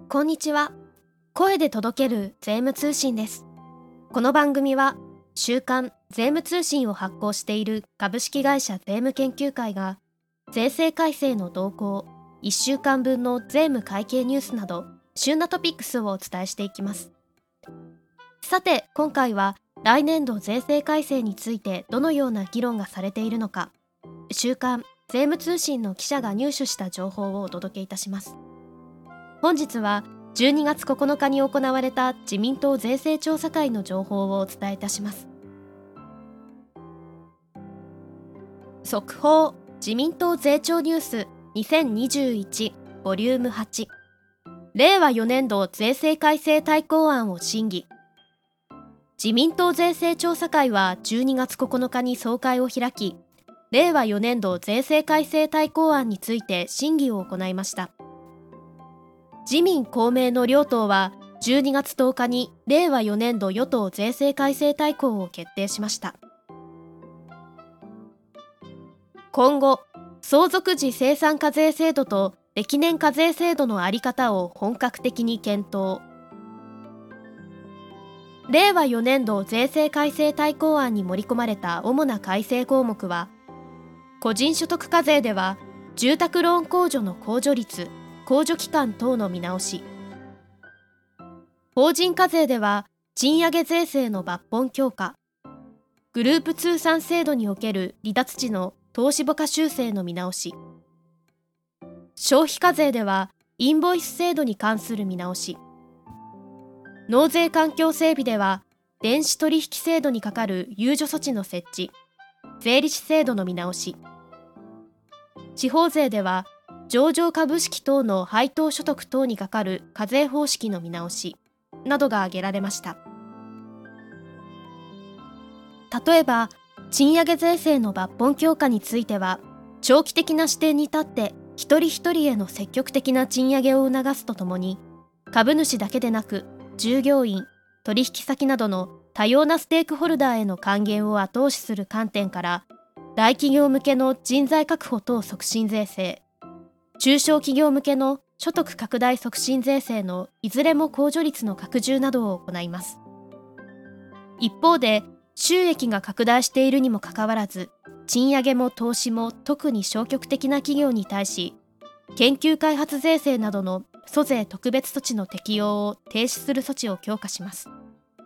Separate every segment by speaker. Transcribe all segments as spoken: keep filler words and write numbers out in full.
Speaker 1: こんにちは。声で届ける税務通信です。この番組は週刊税務通信を発行している株式会社税務研究会が税制改正の動向、いっしゅうかんぶんの税務会計ニュースなど旬なトピックスをお伝えしていきます。さて今回は来年度税制改正についてどのような議論がされているのか、週刊税務通信の記者が入手した情報をお届けいたします。本日はじゅうにがつここのかに行われた自民党税制調査会の情報をお伝えいたします。速報、自民党税調ニュースにせんにじゅういちボリュームはち、令和よねん度税制改正大綱案を審議。自民党税制調査会はじゅうにがつここのかに総会を開き、令和よねん度税制改正大綱案について審議を行いました。自民公明の両党はじゅうにがつとおかに令和よねん度与党税制改正大綱を決定しました。今後、相続時精算課税制度と歴年課税制度の在り方を本格的に検討。令和よねん度税制改正大綱案に盛り込まれた主な改正項目は、個人所得課税では住宅ローン控除の控除率、控除期間等の見直し。法人課税では賃上げ税制の抜本強化。グループ通算制度における離脱時の投資母価修正の見直し。消費課税ではインボイス制度に関する見直し。納税環境整備では電子取引制度にかかる優助措置の設置、税理士制度の見直し。地方税では上場株式等の配当所得等にかかる課税方式の見直しなどが挙げられました。例えば、賃上げ税制の抜本強化については、長期的な視点に立って一人一人への積極的な賃上げを促すとともに、株主だけでなく従業員、取引先などの多様なステークホルダーへの還元を後押しする観点から、大企業向けの人材確保等促進税制、中小企業向けの所得拡大促進税制のいずれも控除率の拡充などを行います。一方で、収益が拡大しているにもかかわらず、賃上げも投資も特に消極的な企業に対し、研究開発税制などの租税特別措置の適用を停止する措置を強化します。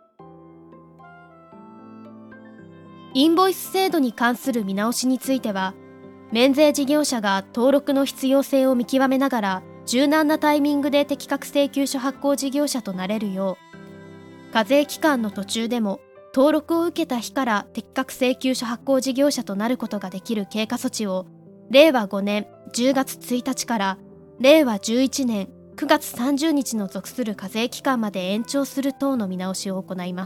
Speaker 1: インボイス制度に関する見直しについては、免税事業者が登録の必要性を見極めながら柔軟なタイミングで適格請求書発行事業者となれるよう、課税期間の途中でも登録を受けた日から適格請求書発行事業者となることができる経過措置をれいわごねんじゅうがつついたちかられいわじゅういちねんくがつさんじゅうにちの属する課税期間まで延長する等の見直しを行います。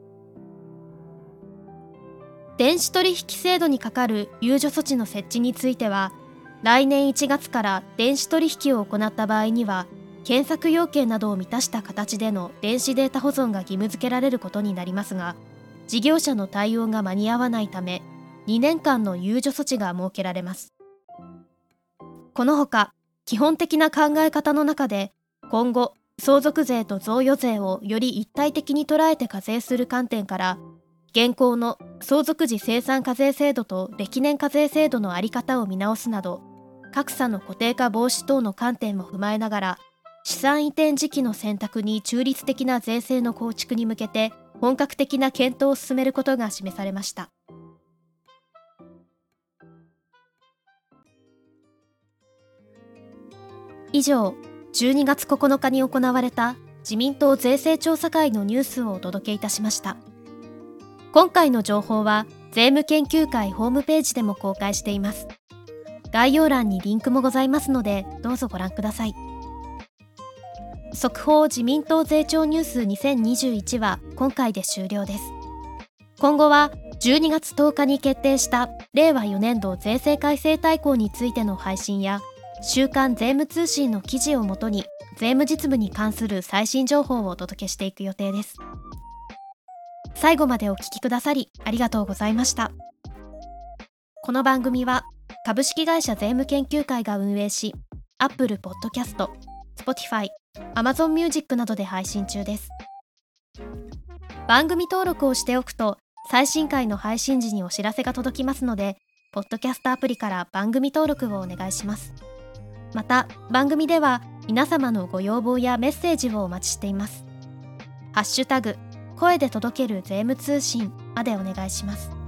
Speaker 1: 電子取引制度にかかる優助措置の設置については、来年いちがつから電子取引を行った場合には、検索要件などを満たした形での電子データ保存が義務付けられることになりますが、事業者の対応が間に合わないため、にねんかんの優助措置が設けられます。このほか、基本的な考え方の中で、今後、相続税と贈与税をより一体的に捉えて課税する観点から、現行の相続時精算課税制度と歴年課税制度の在り方を見直すなど、格差の固定化防止等の観点も踏まえながら、資産移転時期の選択に中立的な税制の構築に向けて本格的な検討を進めることが示されました。以上、じゅうにがつここのかに行われた自民党税制調査会のニュースをお届けいたしました。今回の情報は税務研究会ホームページでも公開しています。概要欄にリンクもございますので、どうぞご覧ください。速報自民党税調ニュースにせんにじゅういちは今回で終了です。今後はじゅうにがつとおかに決定した令和よねん度税制改正大綱についての配信や、週刊税務通信の記事をもとに税務実務に関する最新情報をお届けしていく予定です。最後までお聞きくださりありがとうございました。この番組は株式会社税務研究会が運営し、Apple Podcast、Spotify、 Amazon Music などで配信中です。番組登録をしておくと最新回の配信時にお知らせが届きますので、ポッドキャストアプリから番組登録をお願いします。また、番組では皆様のご要望やメッセージをお待ちしています。ハッシュタグ、声で届ける税務通信までお願いします。